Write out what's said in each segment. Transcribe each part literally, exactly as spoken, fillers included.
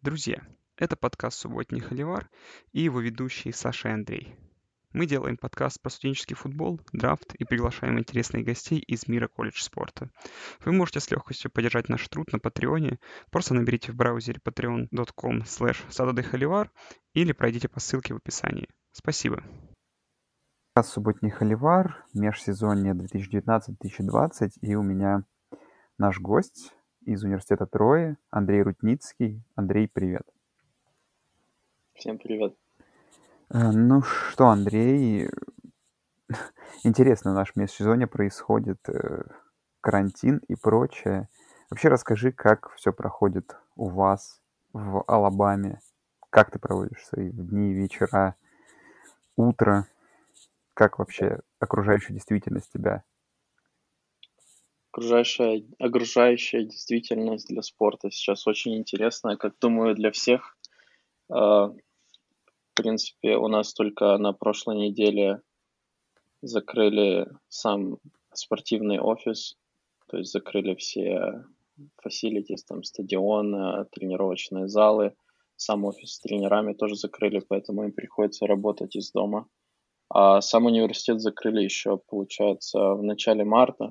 Друзья, это подкаст «Субботний Холивар» и его ведущие Саша и Андрей. Мы делаем подкаст про студенческий футбол, драфт и приглашаем интересных гостей из мира колледж-спорта. Вы можете с легкостью поддержать наш труд на Патреоне. Просто наберите в браузере patreon точка com slash sadodayhoливар или пройдите по ссылке в описании. Спасибо. Подкаст «Субботний Холивар», межсезонье две тысячи девятнадцать - две тысячи двадцать, и у меня наш гость из университета Трои, Андрей Рутницкий. Андрей, привет. Всем привет. Э, Ну что, Андрей, интересно, наш межсезонье происходит, э, карантин и прочее. Вообще расскажи, как все проходит у вас в Алабаме, как ты проводишь свои дни, вечера, утро, как вообще окружающая действительность тебя? Окружающая, окружающая действительность для спорта сейчас очень интересная, как думаю, для всех. Э, В принципе, у нас только на прошлой неделе закрыли сам спортивный офис, то есть закрыли все facilities, там стадион, э, тренировочные залы, сам офис с тренерами тоже закрыли, поэтому им приходится работать из дома. А сам университет закрыли еще, получается, в начале марта.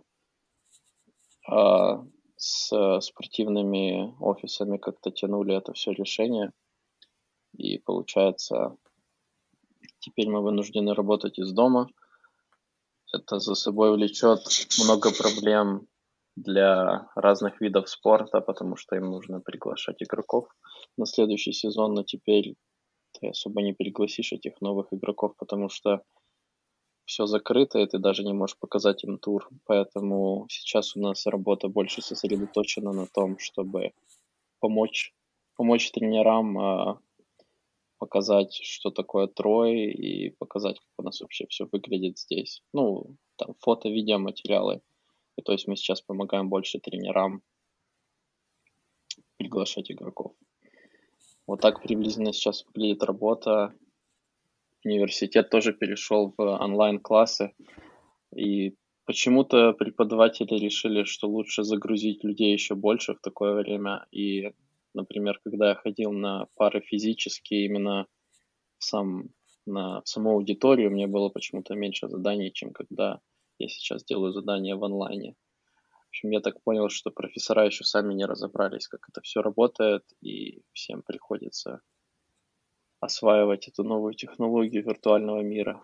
А, с спортивными офисами как-то тянули это все решение. И получается, теперь мы вынуждены работать из дома. Это за собой влечет много проблем для разных видов спорта, потому что им нужно приглашать игроков на следующий сезон, но теперь ты особо не пригласишь этих новых игроков, потому что все закрыто, и ты даже не можешь показать им тур. Поэтому сейчас у нас работа больше сосредоточена на том, чтобы помочь, помочь тренерам а, показать, что такое Трой, и показать, как у нас вообще все выглядит здесь. Ну, там фото, видеоматериалы. И то есть мы сейчас помогаем больше тренерам приглашать игроков. Вот так приблизительно сейчас выглядит работа. Университет тоже перешел в онлайн-классы. И почему-то преподаватели решили, что лучше загрузить людей еще больше в такое время. И, например, когда я ходил на пары физические, именно в, сам, на, в саму аудиторию, мне было почему-то меньше заданий, чем когда я сейчас делаю задания в онлайне. В общем, я так понял, что профессора еще сами не разобрались, как это все работает, и всем приходится осваивать эту новую технологию виртуального мира.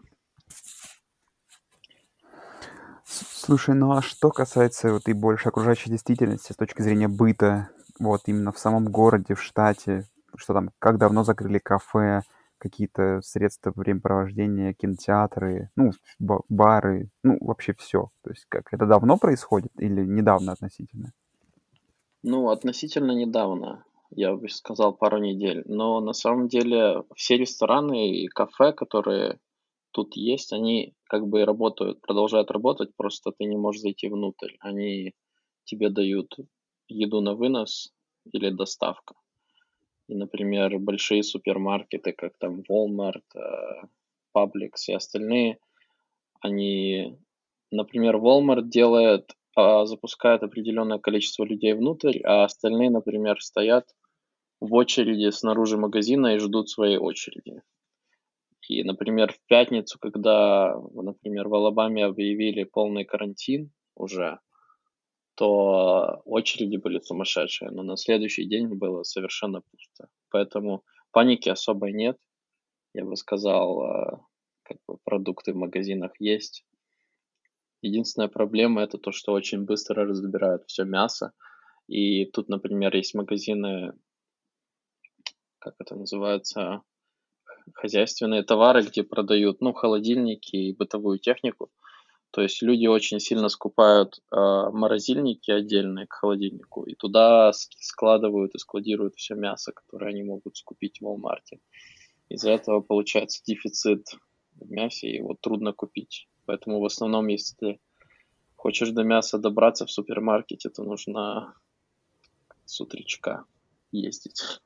Слушай, ну а что касается вот и больше окружающей действительности с точки зрения быта, вот именно в самом городе, в штате, что там, как давно закрыли кафе, какие-то средства времяпровождения, кинотеатры, ну, ба- бары, ну, вообще все. То есть как, это давно происходит или недавно относительно? Ну, относительно недавно, я бы сказал, пару недель. Но на самом деле все рестораны и кафе, которые тут есть, они как бы и работают, продолжают работать, просто ты не можешь зайти внутрь. Они тебе дают еду на вынос или доставка. И, например, большие супермаркеты, как там Walmart, э, Publix и остальные, они, например, Walmart делает, а, запускает определенное количество людей внутрь, а остальные, например, стоят в очереди снаружи магазина и ждут своей очереди. И, например, в пятницу, когда, например, в Алабаме объявили полный карантин уже, то очереди были сумасшедшие, но на следующий день было совершенно пусто. Поэтому паники особой нет. Я бы сказал, а, как бы продукты в магазинах есть. Единственная проблема это то, что очень быстро разбирают все мясо. И тут, например, есть магазины, как это называется, хозяйственные товары, где продают, ну, холодильники и бытовую технику. То есть люди очень сильно скупают э, морозильники отдельные к холодильнику и туда с- складывают и складируют все мясо, которое они могут скупить в Walmart. Из-за этого получается дефицит в мясе, и его трудно купить. Поэтому в основном, если ты хочешь до мяса добраться в супермаркете, то нужно с утречка ездить.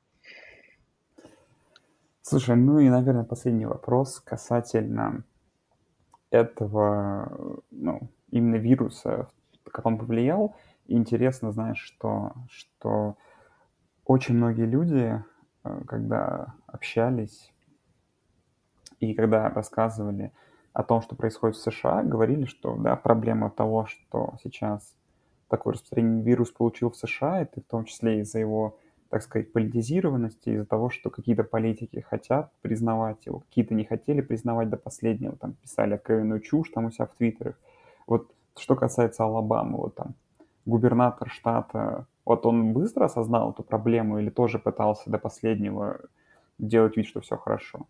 Слушай, ну и, наверное, последний вопрос касательно этого, ну, именно вируса, как он повлиял. И интересно, знаешь, что, что очень многие люди э, когда общались и когда рассказывали о том, что происходит в США, говорили, что, да, проблема того, что сейчас такой распространенный вирус получил в США, это в том числе из-за его, так сказать, политизированности, из-за того, что какие-то политики хотят признавать его, какие-то не хотели признавать до последнего, там писали откровенную чушь там у себя в твиттерах. Вот что касается Алабамы, вот там губернатор штата, вот он быстро осознал эту проблему или тоже пытался до последнего делать вид, что все хорошо?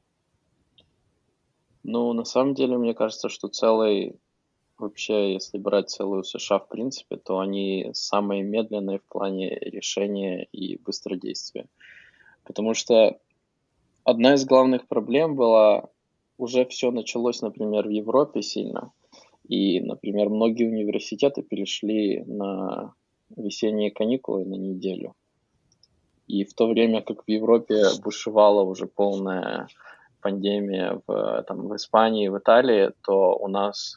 Ну, на самом деле, мне кажется, что целый, вообще, если брать целую США в принципе, то они самые медленные в плане решения и быстродействия. Потому что одна из главных проблем была, уже все началось, например, в Европе сильно. И, например, многие университеты перешли на весенние каникулы на неделю. И в то время как в Европе бушевала уже полная пандемия в, там, в Испании, в Италии, то у нас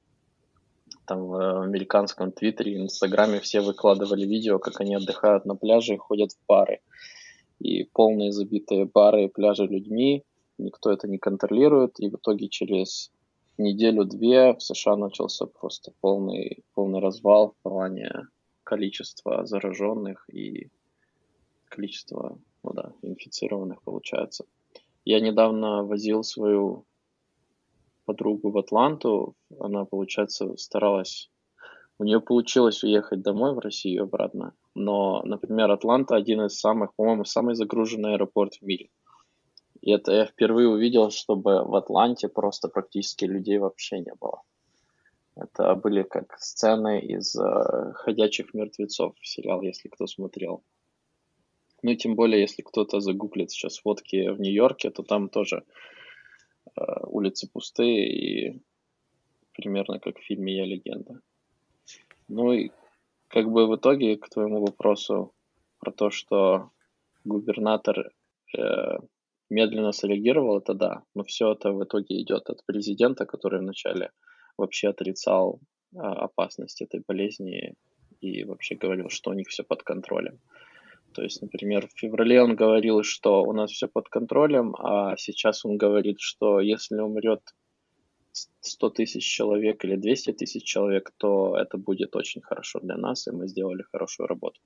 там в американском Твиттере и Инстаграме все выкладывали видео, как они отдыхают на пляже и ходят в бары. И полные забитые бары и пляжи людьми, никто это не контролирует, и в итоге через неделю-две в США начался просто полный, полный развал в плане количества зараженных и количества, ну да, инфицированных получается. Я недавно возил свою подругу в Атланту, она, получается, старалась, у нее получилось уехать домой в Россию обратно, но, например, Атланта один из самых, по-моему, самый загруженный аэропорт в мире. И это я впервые увидел, чтобы в Атланте просто практически людей вообще не было. Это были как сцены из э, «Ходячих мертвецов», сериал, если кто смотрел. Ну, тем более, если кто-то загуглит сейчас фотки в Нью-Йорке, то там тоже э, улицы пустые и примерно как в фильме «Я легенда». Ну и как бы в итоге к твоему вопросу про то, что губернатор э, медленно среагировал, это да, но все это в итоге идет от президента, который вначале вообще отрицал а, опасность этой болезни и вообще говорил, что у них все под контролем. То есть, например, в феврале он говорил, что у нас все под контролем, а сейчас он говорит, что если умрет сто тысяч человек или двести тысяч человек, то это будет очень хорошо для нас, и мы сделали хорошую работу.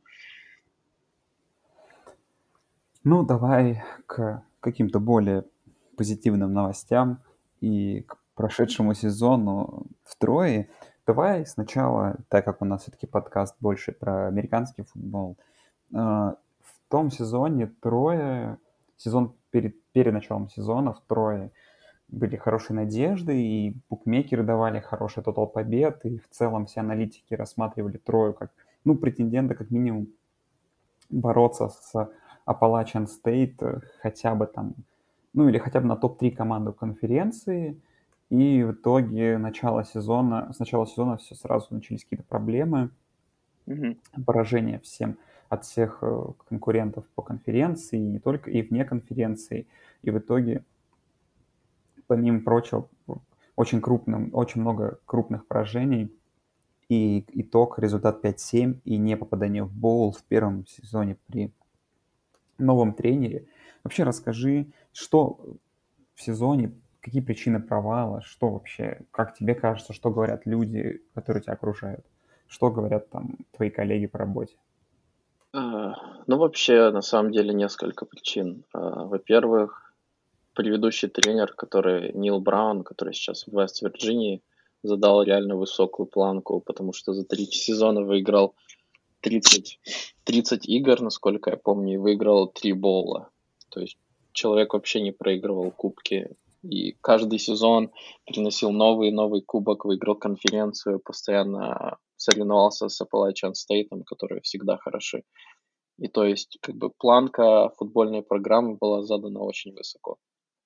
Ну, давай к каким-то более позитивным новостям и к прошедшему сезону в Трое. Давай сначала, так как у нас все-таки подкаст больше про американский футбол, э, в том сезоне Трое, сезон перед, перед началом сезона в Трое были хорошие надежды, и букмекеры давали хороший тотал побед, и в целом все аналитики рассматривали Трою как, ну, претендента как минимум бороться с Appalachian State э, хотя бы там, ну или хотя бы на топ три команды конференции. И в итоге начало сезона, с начала сезона все сразу начались какие-то проблемы, Мгм. поражение всем от всех э, конкурентов по конференции, и не только, и вне конференции. И в итоге, помимо прочего, очень крупным, очень много крупных поражений. И итог, результат пять семь и не попадание в боул в первом сезоне при новом тренере. Вообще расскажи, что в сезоне, какие причины провала, что вообще, как тебе кажется, что говорят люди, которые тебя окружают, что говорят там твои коллеги по работе? А, Ну, вообще, на самом деле, несколько причин. А, Во-первых, предыдущий тренер, который Нил Браун, который сейчас в Вест-Вирджинии, задал реально высокую планку, потому что за три сезона выиграл тридцать, тридцать игр, насколько я помню, и выиграл три боула. То есть человек вообще не проигрывал кубки. И каждый сезон приносил новый и новый кубок, выиграл конференцию, постоянно соревновался с Appalachian State, которые всегда хороши. И то есть как бы планка футбольной программы была задана очень высоко.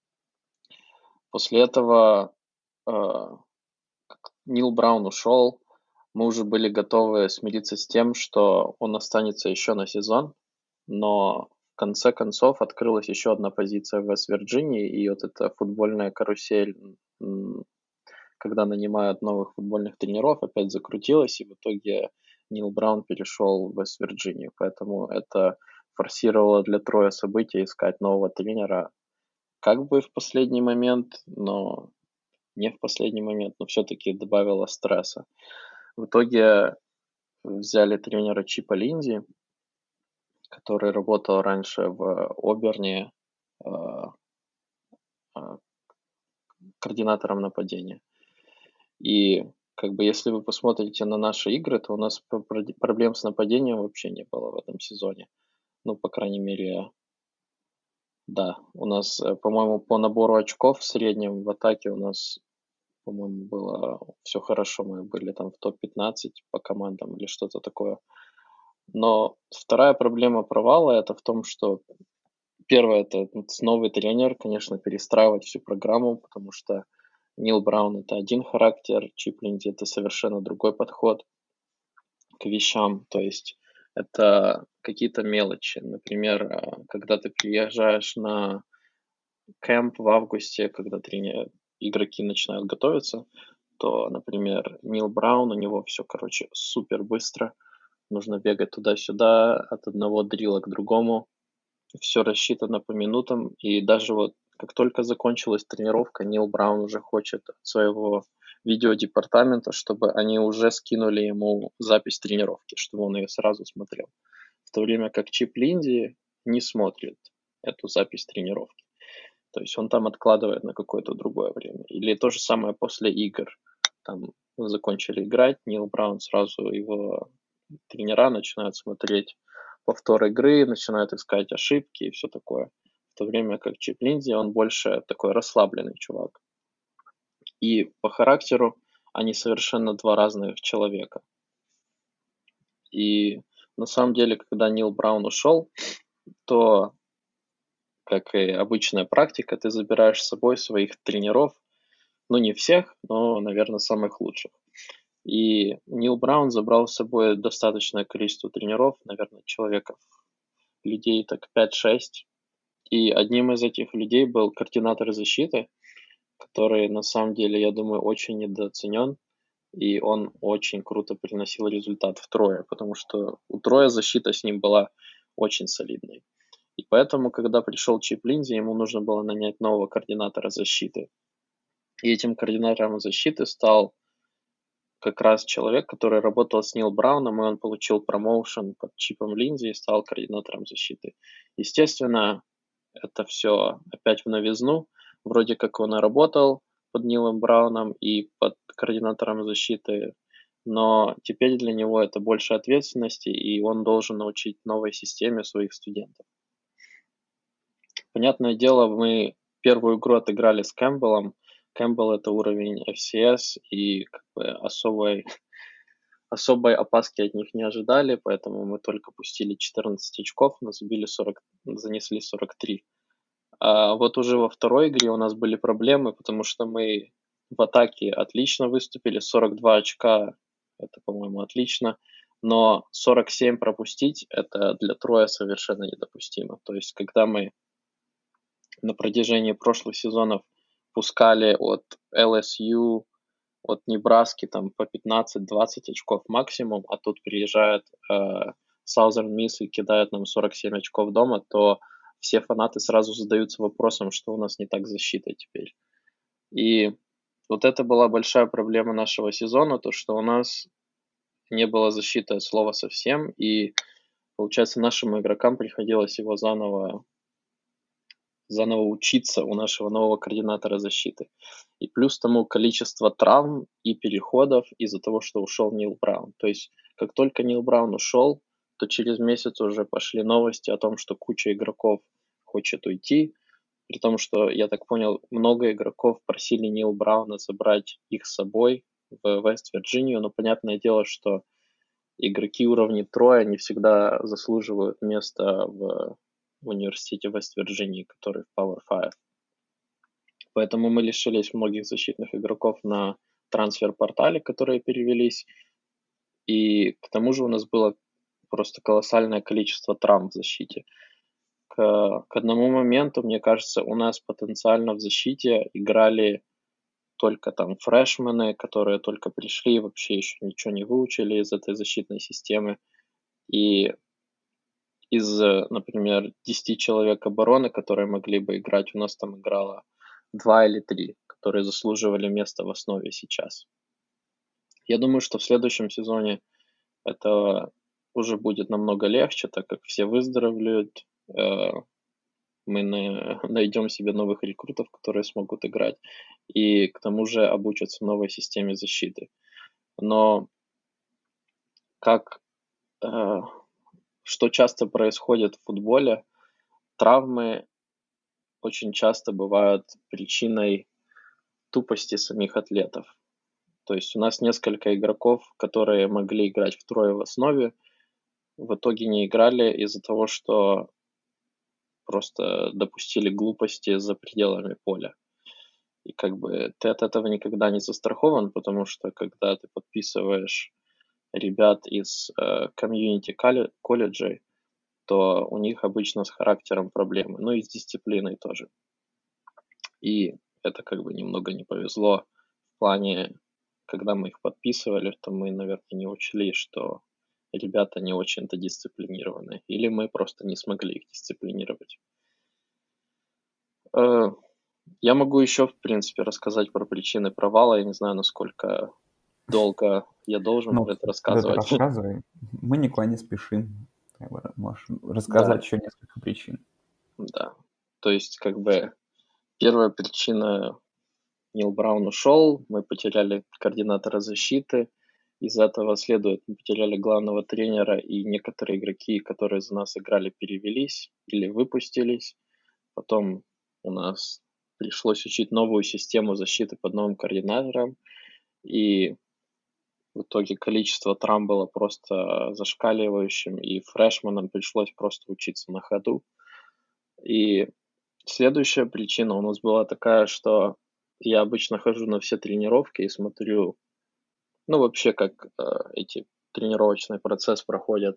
После этого э, Нил Браун ушел, мы уже были готовы смириться с тем, что он останется еще на сезон, но в конце концов открылась еще одна позиция в Вест-Вирджинии, и вот эта футбольная карусель, м, когда нанимают новых футбольных тренеров, опять закрутилась, и в итоге Нил Браун перешел в Вест-Вирджинию. Поэтому это форсировала для Троя события искать нового тренера. Как бы в последний момент, но не в последний момент, но все-таки добавила стресса. В итоге взяли тренера Чипа Линзи, который работал раньше в Оберне э, э, координатором нападения. И как бы если вы посмотрите на наши игры, то у нас про- про- проблем с нападением вообще не было в этом сезоне. Ну, по крайней мере, да. У нас, э, по-моему, по набору очков в среднем в атаке у нас, по-моему, было все хорошо. Мы были там в топ пятнадцать по командам или что-то такое. Но вторая проблема провала это в том, что первое это вот новый тренер, конечно, перестраивать всю программу, потому что Нил Браун это один характер, Чип Линзи это совершенно другой подход к вещам. То есть это какие-то мелочи. Например, э, когда ты приезжаешь на кэмп в августе, когда тренер, игроки начинают готовиться, то, например, Нил Браун, у него все, короче, супер быстро. Нужно бегать туда-сюда, от одного дрила к другому. Все рассчитано по минутам. И даже вот как только закончилась тренировка, Нил Браун уже хочет от своего видеодепартамента, чтобы они уже скинули ему запись тренировки, чтобы он ее сразу смотрел. В то время как Чип Линзи не смотрит эту запись тренировки. То есть он там откладывает на какое-то другое время. Или то же самое после игр. Там закончили играть, Нил Браун сразу его тренера начинают смотреть повтор игры, начинают искать ошибки и все такое. В то время как Чип Линзи, он больше такой расслабленный чувак. И по характеру они совершенно два разных человека. И на самом деле, когда Нил Браун ушел, то, как и обычная практика, ты забираешь с собой своих тренеров, ну не всех, но, наверное, самых лучших. И Нил Браун забрал с собой достаточное количество тренеров, наверное, человеков, людей так пять-шесть. И одним из этих людей был координатор защиты, который на самом деле, я думаю, очень недооценен. И он очень круто приносил результат в Трое, потому что у Троя защита с ним была очень солидной. И поэтому, когда пришел Чип Линзи, ему нужно было нанять нового координатора защиты. И этим координатором защиты стал как раз человек, который работал с Нил Брауном, и он получил промоушен под Чипом Линзи и стал координатором защиты. Естественно, это все опять в новизну. Вроде как он и работал под Нилом Брауном и под координатором защиты, но теперь для него это больше ответственности, и он должен научить новой системе своих студентов. Понятное дело, мы первую игру отыграли с Кэмпбеллом. Кэмпбелл это уровень эф си эс, и как бы особой, особой опаски от них не ожидали, поэтому мы только пустили четырнадцать очков, но забили сорок, занесли сорок три. А вот уже во второй игре у нас были проблемы, потому что мы в атаке отлично выступили, сорок два очка, это, по-моему, отлично, но сорок семь пропустить, это для Троя совершенно недопустимо. То есть, когда мы на протяжении прошлых сезонов пускали от эл эс ю, от Небраски там по пятнадцать-двадцать очков максимум, а тут приезжает э, Southern Miss и кидает нам сорок семь очков дома, то все фанаты сразу задаются вопросом, что у нас не так с защитой теперь. И вот это была большая проблема нашего сезона, то, что у нас не было защиты от слова совсем, и, получается, нашим игрокам приходилось его заново заново учиться у нашего нового координатора защиты. И плюс тому количество травм и переходов из-за того, что ушел Нил Браун. То есть, как только Нил Браун ушел, то через месяц уже пошли новости о том, что куча игроков хочет уйти. При том, что, я так понял, много игроков просили Нил Брауна забрать их с собой в Вест-Вирджинию, но понятное дело, что игроки уровня Троя не всегда заслуживают места в в университете Вест-Вирджинии, который в Power пять. Поэтому мы лишились многих защитных игроков на трансфер-портале, которые перевелись. И к тому же у нас было просто колоссальное количество травм в защите. К, к одному моменту, мне кажется, у нас потенциально в защите играли только там фрешмены, которые только пришли и вообще еще ничего не выучили из этой защитной системы. И из, э, например, десяти человек обороны, которые могли бы играть, у нас там играло два или три, которые заслуживали места в основе сейчас. Я думаю, что в следующем сезоне это уже будет намного легче, так как все выздоровеют, э, мы на найдем себе новых рекрутов, которые смогут играть, и к тому же обучатся новой системе защиты. Но как, э, что часто происходит в футболе, травмы очень часто бывают причиной тупости самих атлетов. То есть у нас несколько игроков, которые могли играть втрое в основе, в итоге не играли из-за того, что просто допустили глупости за пределами поля. И как бы ты от этого никогда не застрахован, потому что когда ты подписываешь ребят из э, комьюнити колле- колледжей, то у них обычно с характером проблемы, ну и с дисциплиной тоже. И это как бы немного не повезло в плане, когда мы их подписывали, то мы, наверное, не учли, что ребята не очень-то дисциплинированы, или мы просто не смогли их дисциплинировать. Э, Я могу еще, в принципе, рассказать про причины провала. Я не знаю, насколько долго я должен Ну, про это это рассказывать. рассказывай. Мы никуда не спешим. Как бы можешь Да, рассказать еще несколько причин. да. То есть, как бы, первая причина: Нил Браун ушел, мы потеряли координатора защиты. Из этого следует, мы потеряли главного тренера, и некоторые игроки, которые за нас играли, перевелись или выпустились. Потом у нас пришлось учить новую систему защиты под новым координатором, и в итоге количество травм было просто зашкаливающим, и фрешманам пришлось просто учиться на ходу. И следующая причина у нас была такая, что я обычно хожу на все тренировки и смотрю, ну, вообще, как э, эти тренировочный процесс проходят.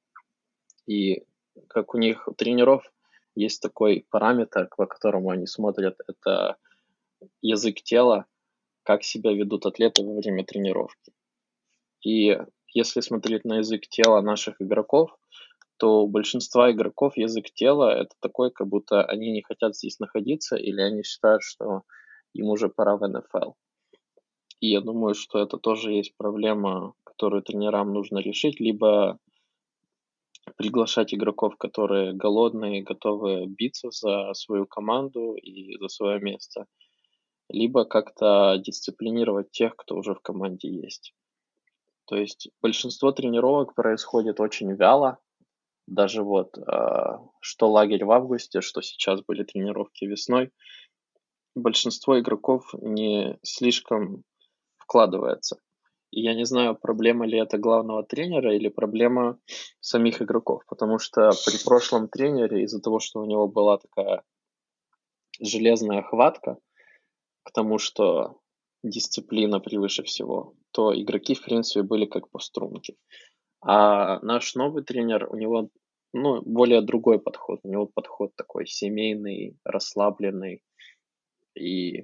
И как у них у тренеров есть такой параметр, по которому они смотрят, это язык тела, как себя ведут атлеты во время тренировки. И если смотреть на язык тела наших игроков, то у большинства игроков язык тела это такой, как будто они не хотят здесь находиться, или они считают, что им уже пора в эн эф эл. И я думаю, что это тоже есть проблема, которую тренерам нужно решить, либо приглашать игроков, которые голодные, готовы биться за свою команду и за свое место, либо как-то дисциплинировать тех, кто уже в команде есть. То есть большинство тренировок происходит очень вяло. Даже вот э, что лагерь в августе, что сейчас были тренировки весной, большинство игроков не слишком вкладывается. И я не знаю, проблема ли это главного тренера или проблема самих игроков, потому что при прошлом тренере из-за того, что у него была такая железная хватка к тому, что дисциплина превыше всего, то игроки, в принципе, были как по струнке. А наш новый тренер, у него, ну, более другой подход. У него подход такой семейный, расслабленный. И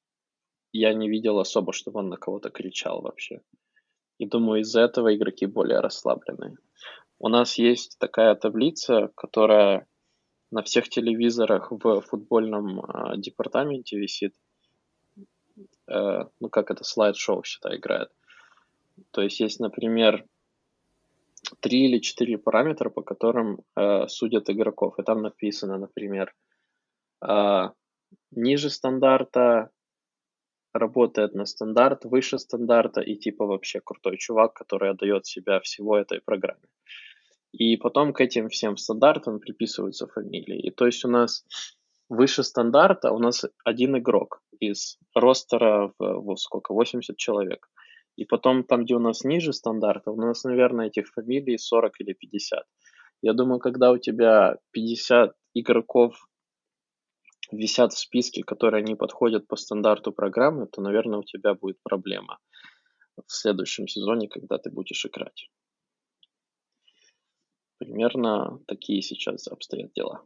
я не видел особо, чтобы он на кого-то кричал вообще. И думаю, из-за этого игроки более расслабленные. У нас есть такая таблица, которая на всех телевизорах в футбольном э, департаменте висит. Э, ну, как это, слайд-шоу, считай, играет. То есть есть, например, три или четыре параметра, по которым э, судят игроков. И там написано, например, э, ниже стандарта, работает на стандарт, выше стандарта и типа вообще крутой чувак, который отдает себя всего этой программе. И потом к этим всем стандартам приписываются фамилии. И то есть у нас выше стандарта у нас один игрок из ростера в, в сколько, восемьдесят человек. И потом там, где у нас ниже стандарта, у нас, наверное, этих фамилий сорок или пятьдесят. Я думаю, когда у тебя пятьдесят игроков висят в списке, которые не подходят по стандарту программы, то, наверное, у тебя будет проблема в следующем сезоне, когда ты будешь играть. Примерно такие сейчас обстоят дела.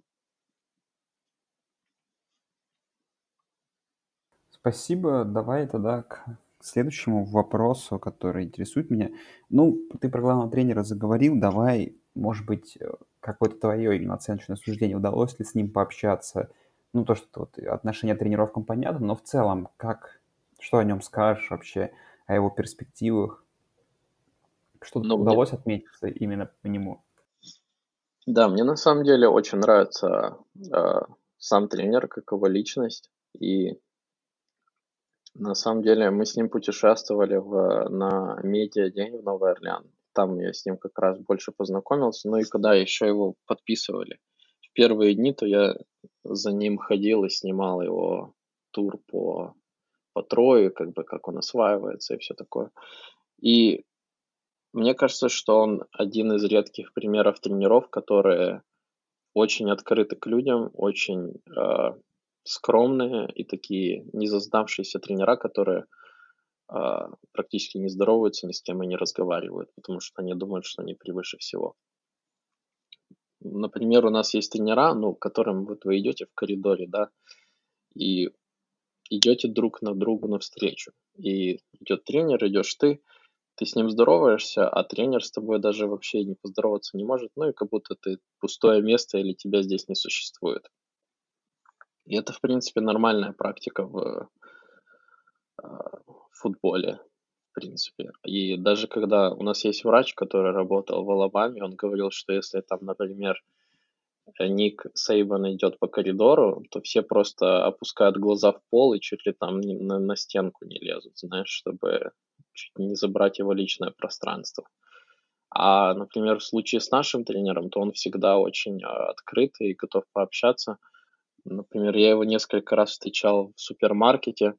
Спасибо. Давай тогда к следующему вопросу, который интересует меня. Ну, ты про главного тренера заговорил. Давай, может быть, какое-то твое именно оценочное суждение, удалось ли с ним пообщаться? Ну, то, что вот отношение к тренировкам понятно, но в целом, как, что о нем скажешь вообще, о его перспективах? Что Ну, мне, удалось отметиться именно по нему? да, мне на самом деле очень нравится э, сам тренер, как его личность. И на самом деле мы с ним путешествовали в, на медиа-день в Новый Орлеан. Там я с ним как раз больше познакомился. Ну и когда еще его подписывали в первые дни, то я за ним ходил и снимал его тур по, по Трою, как бы как он осваивается и все такое. И мне кажется, что он один из редких примеров тренеров, которые очень открыты к людям, очень э, скромные и такие незазнавшиеся тренера, которые а, практически не здороваются, ни с кем и не разговаривают, потому что они думают, что они превыше всего. Например, у нас есть тренера, ну, к которым вот вы идете в коридоре, да, и идете друг на другу навстречу. И идет тренер, идешь ты, ты с ним здороваешься, а тренер с тобой даже вообще не поздороваться не может, ну и как будто ты пустое место или тебя здесь не существует. И это, в принципе, нормальная практика в, а, в футболе, в принципе. И даже когда у нас есть врач, который работал в Алабаме, он говорил, что если там, например, Ник Сейбан идет по коридору, то все просто опускают глаза в пол и чуть ли там не- на, на стенку не лезут, знаешь, чтобы чуть не забрать его личное пространство. А, например, в случае с нашим тренером, то он всегда очень а, открытый и готов пообщаться. Например, я его несколько раз встречал в супермаркете,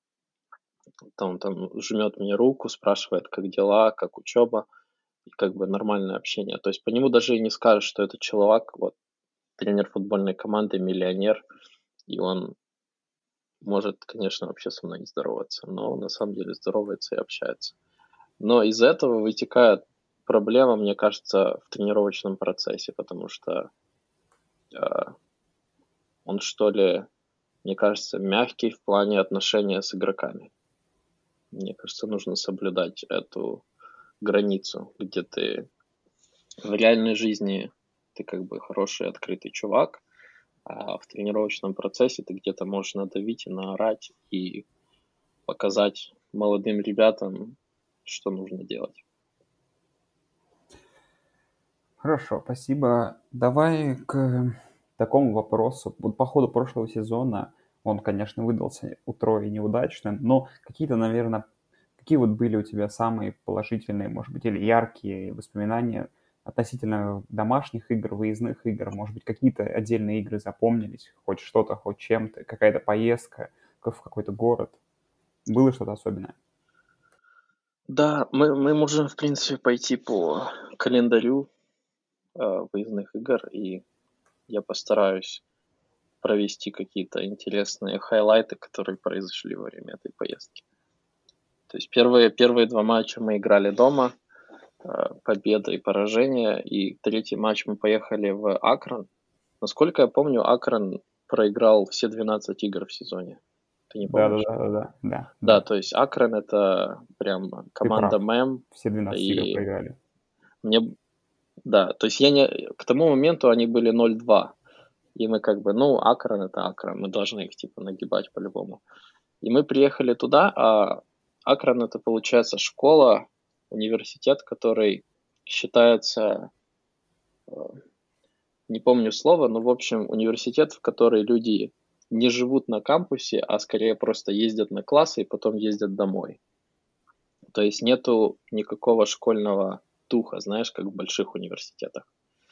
там он там жмет мне руку, спрашивает, как дела, как учеба, и как бы нормальное общение. То есть по нему даже и не скажешь, что этот человек, вот, тренер футбольной команды, миллионер, и он может, конечно, вообще со мной не здороваться, но на самом деле здоровается и общается. Но из этого вытекает проблема, мне кажется, в тренировочном процессе, потому что э, он, что ли, мне кажется, мягкий в плане отношения с игроками. Мне кажется, нужно соблюдать эту границу, где ты в реальной жизни ты как бы хороший, открытый чувак, а в тренировочном процессе ты где-то можешь надавить и наорать и показать молодым ребятам, что нужно делать. Хорошо, спасибо. Давай к такому вопросу. Вот по ходу прошлого сезона он, конечно, выдался у Трои неудачным, но какие-то, наверное, какие вот были у тебя самые положительные, может быть, или яркие воспоминания относительно домашних игр, выездных игр? Может быть, какие-то отдельные игры запомнились? Хоть что-то, хоть чем-то, какая-то поездка в какой-то город? Было что-то особенное? Да, мы, мы можем, в принципе, пойти по календарю э, выездных игр, и я постараюсь провести какие-то интересные хайлайты, которые произошли во время этой поездки. То есть первые, первые два матча мы играли дома, э, победа и поражение, и третий матч мы поехали в Акрон. Насколько я помню, Акрон проиграл все двенадцать игр в сезоне. Ты не Да, да, помнишь? да, да, да, да, Да, да. то есть Акрон это прям Ты команда прав. мем, Все двенадцать игр и проиграли. мне, да, то есть я не, к тому моменту они были ноль-два, и мы как бы, ну, Акрон это Акрон, мы должны их типа нагибать по-любому. И мы приехали туда, а Акрон это получается школа, университет, который считается, э, не помню слово, но в общем университет, в который люди не живут на кампусе, а скорее просто ездят на классы и потом ездят домой. То есть нету никакого школьного духа, знаешь, как в больших университетах.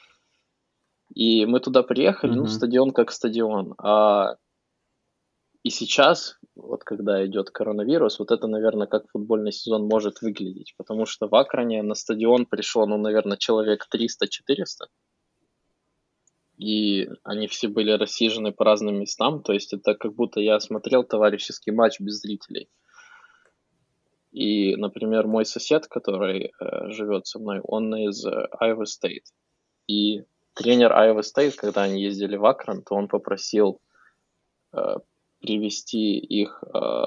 И мы туда приехали, ну, Мгм. стадион как стадион. А и сейчас, вот когда идет коронавирус, вот это, наверное, как футбольный сезон может выглядеть. Потому что в Акроне на стадион пришло, ну, наверное, человек триста-четыреста. И они все были рассижены по разным местам. То есть это как будто я смотрел товарищеский матч без зрителей. И, например, мой сосед, который э, живет со мной, он из э, Iowa State. И тренер Iowa State, когда они ездили в Акрон, то он попросил э, привести их, э,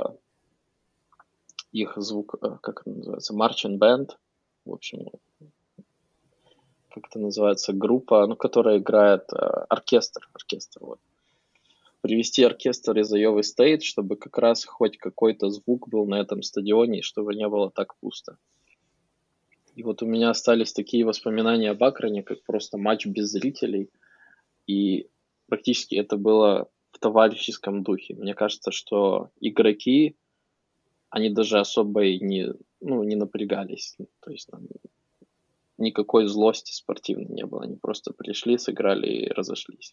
их звук, э, как это называется, marching band, в общем, как это называется, группа, ну, которая играет э, оркестр, оркестр, вот. Привести оркестр из Iowa State, чтобы как раз хоть какой-то звук был на этом стадионе, и чтобы не было так пусто. И вот у меня остались такие воспоминания об Акроне, как просто матч без зрителей, и практически это было в товарищеском духе. Мне кажется, что игроки, они даже особо и не, ну, не напрягались, то есть там никакой злости спортивной не было, они просто пришли, сыграли и разошлись.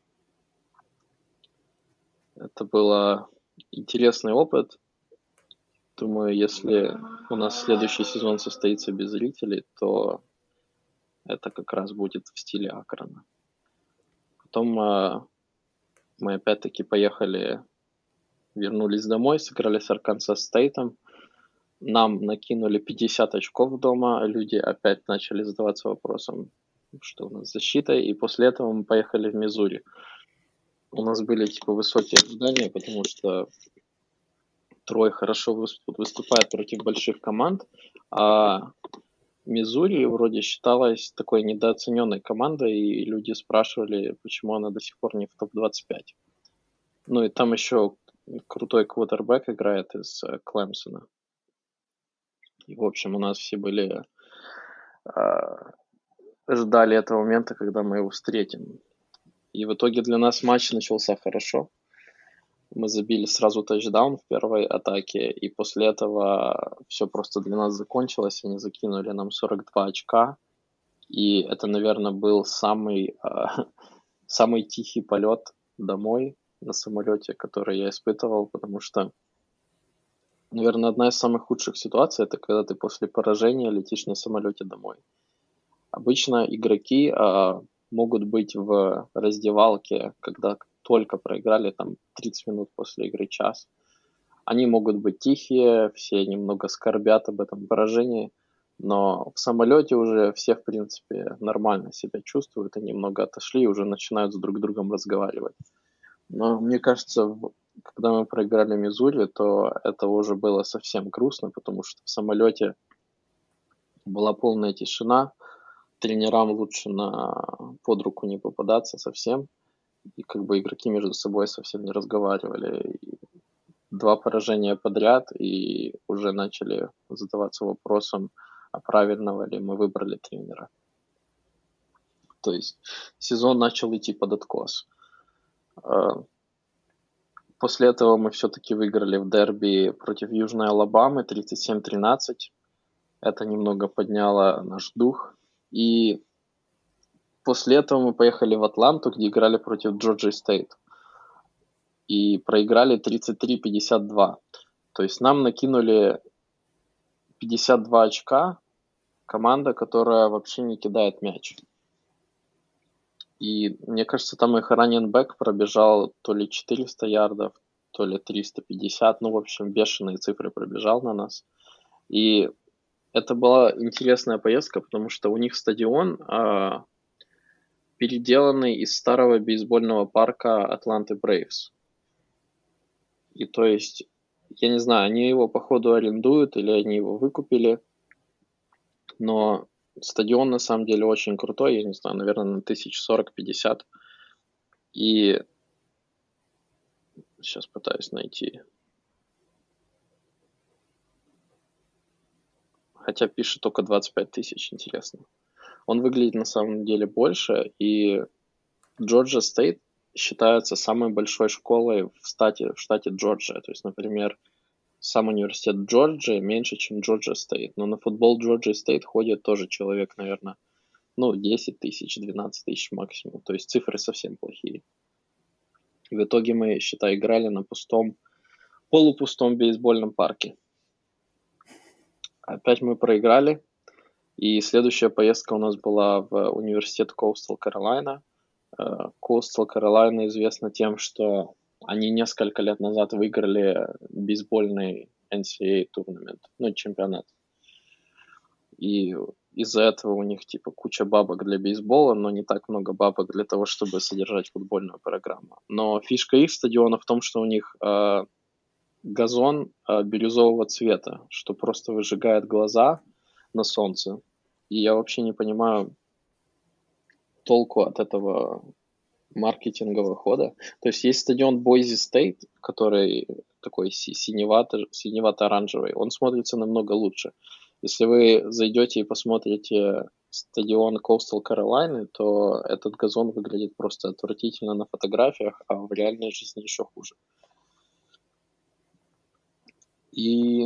Это был интересный опыт. Думаю, если у нас следующий сезон состоится без зрителей, то это как раз будет в стиле Акрона. Потом э, мы опять-таки поехали, вернулись домой, сыграли с Арканзас Стейтом. Нам накинули пятьдесят очков дома, люди опять начали задаваться вопросом, что у нас с защитой, и после этого мы поехали в Миссури. У нас были типа высокие ожидания, потому что Трой хорошо выступает против больших команд, а Миссури вроде считалась такой недооцененной командой, и люди спрашивали, почему она до сих пор не в топ двадцать пять. Ну и там еще крутой квотербек играет из Клемсона. И, в общем, у нас все были... Э, ждали этого момента, когда мы его встретим. И в итоге для нас матч начался хорошо. Мы забили сразу тачдаун в первой атаке, и после этого все просто для нас закончилось. Они закинули нам сорок два очка, и это, наверное, был самый, э, самый тихий полет домой на самолете, который я испытывал, потому что, наверное, одна из самых худших ситуаций — это когда ты после поражения летишь на самолете домой. Обычно игроки э, могут быть в раздевалке, когда только проиграли, там, тридцать минут после игры, час. Они могут быть тихие, все немного скорбят об этом поражении, но в самолете уже все, в принципе, нормально себя чувствуют, они немного отошли и уже начинают с друг другом разговаривать. Но мне кажется, когда мы проиграли Миссури, то это уже было совсем грустно, потому что в самолете была полная тишина, тренерам лучше на под руку не попадаться совсем, и как бы игроки между собой совсем не разговаривали. И два поражения подряд, и уже начали задаваться вопросом, а правильного ли мы выбрали тренера. То есть сезон начал идти под откос. После этого мы все-таки выиграли в дерби против Южной Алабамы тридцать семь тринадцать. Это немного подняло наш дух. И после этого мы поехали в Атланту, где играли против Джорджии Стейт. И проиграли тридцать три пятьдесят два. То есть нам накинули пятьдесят два очка команда, которая вообще не кидает мяч. И мне кажется, там их раннинг-бэк пробежал то ли четыреста ярдов, то ли триста пятьдесят. Ну, в общем, бешеные цифры пробежал на нас. И это была интересная поездка, потому что у них стадион а, переделанный из старого бейсбольного парка Атланты Брейвс. И то есть, я не знаю, они его походу арендуют или они его выкупили, но стадион на самом деле очень крутой, я не знаю, наверное, на тысяч сорок-пятьдесят. И сейчас пытаюсь найти. Хотя пишет только двадцать пять тысяч, интересно. Он выглядит на самом деле больше, и Джорджия Стейт считается самой большой школой в штате, в штате Джорджия. То есть, например, сам университет Джорджии меньше, чем Джорджия Стейт. Но на футбол Джорджия Стейт ходит тоже человек, наверное, ну, десять тысяч, двенадцать тысяч максимум. То есть цифры совсем плохие. И в итоге мы, считай, играли на пустом, полупустом бейсбольном парке. Опять мы проиграли. И следующая поездка у нас была в университет Coastal Carolina. Coastal Carolina известна тем, что они несколько лет назад выиграли бейсбольный эн си эй эй турнамент, ну, чемпионат. И из-за этого у них, типа, куча бабок для бейсбола, но не так много бабок для того, чтобы содержать футбольную программу. Но фишка их стадиона в том, что у них э, газон э, бирюзового цвета, что просто выжигает глаза на солнце. И я вообще не понимаю, толку от этого маркетингового хода. То есть есть стадион Boise State, который такой синевато, синевато-оранжевый, он смотрится намного лучше. Если вы зайдете и посмотрите стадион Coastal Carolina, то этот газон выглядит просто отвратительно на фотографиях, а в реальной жизни еще хуже. И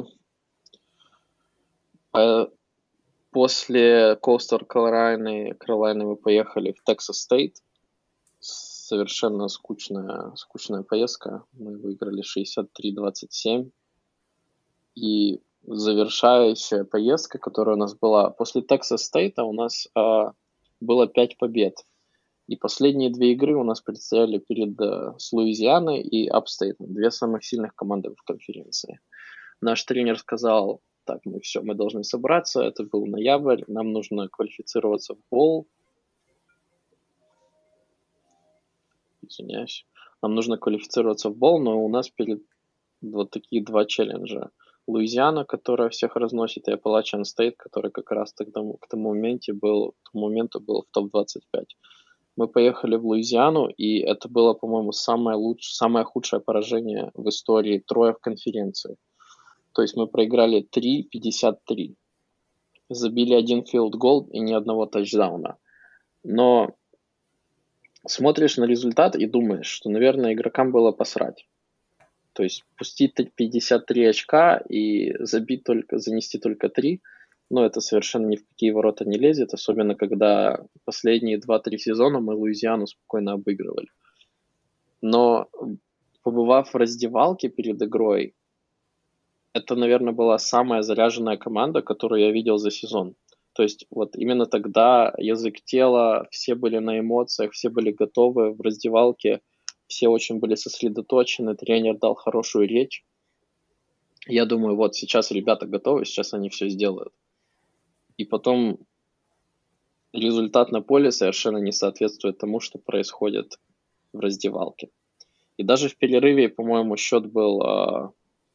после Coastal Carolina, Carolina мы поехали в Texas State. Совершенно скучная, скучная поездка. Мы выиграли шестьдесят три двадцать семь. И завершающая поездка, которая у нас была после Texas State, у нас а, было пять побед. И последние две игры у нас предстояли перед а, с Луизианой и Upstate. Две самых сильных команды в конференции. Наш тренер сказал, так, мы все, мы должны собраться. Это был ноябрь, нам нужно квалифицироваться в боул. Извиняюсь. Нам нужно квалифицироваться в боул, но у нас перед вот такие два челленджа. Луизиана, которая всех разносит, и Appalachian State, который как раз тогда, к тому моменту был, к тому моменту был в топ двадцать пять. Мы поехали в Луизиану, и это было, по-моему, самое лучшее, самое худшее поражение в истории Троя в конференции. То есть мы проиграли три пятьдесят три. Забили один филд-гол и ни одного тачдауна. Но смотришь на результат и думаешь, что, наверное, игрокам было посрать. То есть пустить пятьдесят три очка и забить только, занести только три, ну, это совершенно ни в какие ворота не лезет, особенно когда последние два-три сезона мы Луизиану спокойно обыгрывали. Но побывав в раздевалке перед игрой, это, наверное, была самая заряженная команда, которую я видел за сезон. То есть вот именно тогда язык тела, все были на эмоциях, все были готовы в раздевалке, все очень были сосредоточены, тренер дал хорошую речь. Я думаю, вот сейчас ребята готовы, сейчас они все сделают. И потом результат на поле совершенно не соответствует тому, что происходит в раздевалке. И даже в перерыве, по-моему, счет был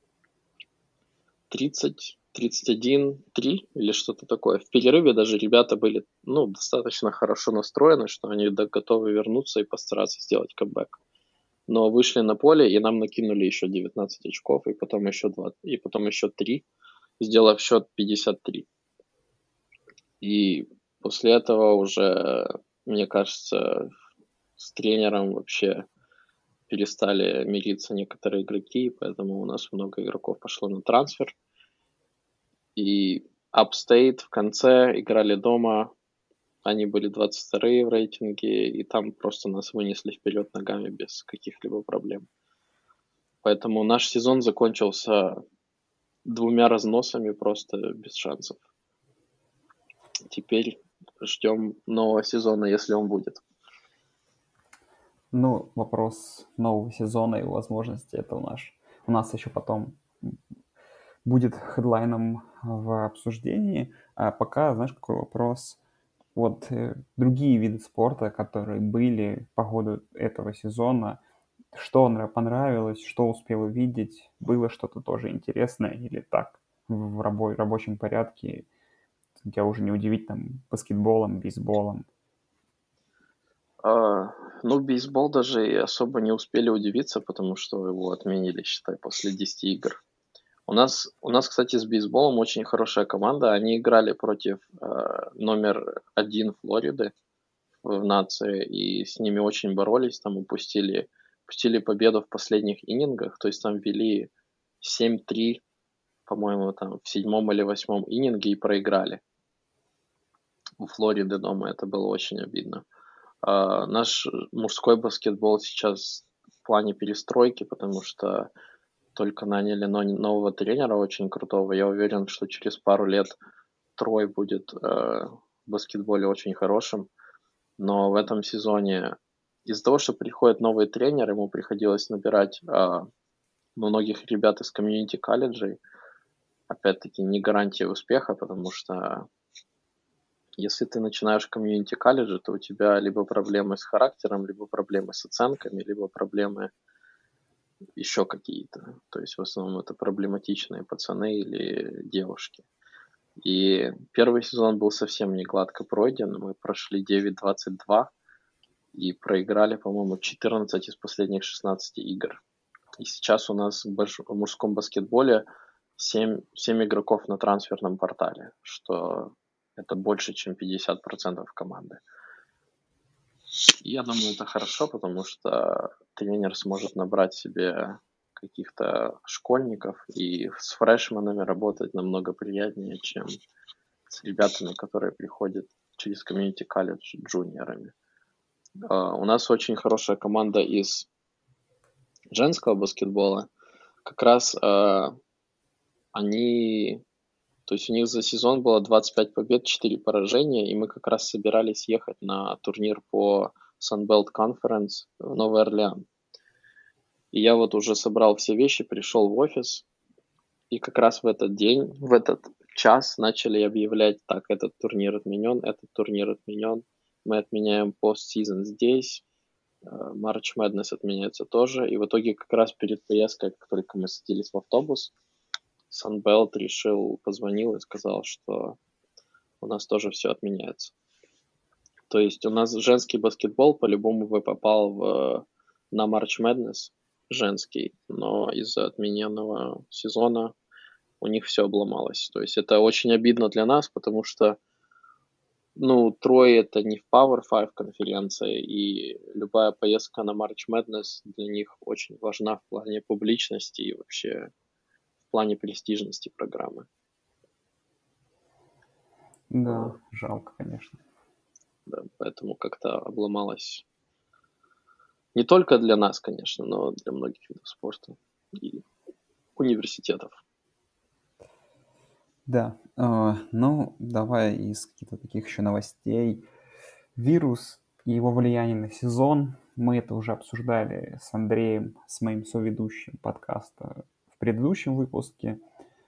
тридцать, тридцать один три или что-то такое. В перерыве даже ребята были ну, достаточно хорошо настроены, что они готовы вернуться и постараться сделать камбэк. Но вышли на поле, и нам накинули еще девятнадцать очков, и потом еще два, и потом еще три, сделав счет пятьдесят три. И после этого уже, мне кажется, с тренером вообще перестали мириться некоторые игроки, поэтому у нас много игроков пошло на трансфер. И Upstate в конце играли дома, они были двадцать вторые в рейтинге, и там просто нас вынесли вперед ногами без каких-либо проблем. Поэтому наш сезон закончился двумя разносами просто без шансов. Теперь ждем нового сезона, если он будет. Ну, вопрос нового сезона и возможности, это у нас, у нас еще потом будет хедлайном в обсуждении. А пока, знаешь, какой вопрос? Вот э, другие виды спорта, которые были по ходу этого сезона, что понравилось, что успел увидеть, было что-то тоже интересное или так в рабо- рабочем порядке? Тебя уже не удивить там баскетболом, бейсболом? А, ну, бейсбол даже и особо не успели удивиться, потому что его отменили, считай, после десяти игр. У нас, у нас, кстати, с бейсболом очень хорошая команда. Они играли против э, номер один Флориды в нации, и с ними очень боролись, там упустили, упустили победу в последних иннингах, то есть там вели семь три, по-моему, там в седьмом или восьмом иннинге и проиграли. У Флориды дома это было очень обидно. Uh, наш мужской баскетбол сейчас в плане перестройки, потому что только наняли нового тренера очень крутого. Я уверен, что через пару лет Трой будет uh, в баскетболе очень хорошим. Но в этом сезоне из-за того, что приходит новый тренер, ему приходилось набирать uh, многих ребят из комьюнити-колледжей. Опять-таки не гарантия успеха, потому что если ты начинаешь в комьюнити-колледже, то у тебя либо проблемы с характером, либо проблемы с оценками, либо проблемы еще какие-то. То есть в основном это проблематичные пацаны или девушки. И первый сезон был совсем не гладко пройден. Мы прошли девять двадцать два. и проиграли, по-моему, четырнадцать из последних шестнадцати игр. И сейчас у нас в, больш... в мужском баскетболе семь, семь игроков на трансферном портале, что это больше, чем пятьдесят процентов команды. И я думаю, это хорошо, потому что тренер сможет набрать себе каких-то школьников, и с фрешманами работать намного приятнее, чем с ребятами, которые приходят через комьюнити колледж джуниорами. Uh, у нас очень хорошая команда из женского баскетбола. Как раз uh, они... То есть у них за сезон было двадцать пять побед, четыре поражения, и мы как раз собирались ехать на турнир по Sunbelt Conference в Новый Орлеан. И я вот уже собрал все вещи, пришел в офис, и как раз в этот день, в этот час начали объявлять: так, этот турнир отменен, этот турнир отменен, мы отменяем постсезон здесь, March Madness отменяется тоже. И в итоге как раз перед поездкой, как только мы садились в автобус, Sunbelt решил, позвонил и сказал, что у нас тоже все отменяется. То есть у нас женский баскетбол по-любому бы попал в, на March Madness женский, но из-за отмененного сезона у них все обломалось. То есть это очень обидно для нас, потому что ну, Трой это не в Power пять конференции, и любая поездка на March Madness для них очень важна в плане публичности и вообще в плане престижности программы. Да, жалко, конечно. Да, поэтому как-то обломалось не только для нас, конечно, но для многих видов спорта и университетов. Да, э, ну, давай из каких-то таких еще новостей. Вирус и его влияние на сезон. Мы это уже обсуждали с Андреем, с моим соведущим подкаста в предыдущем выпуске.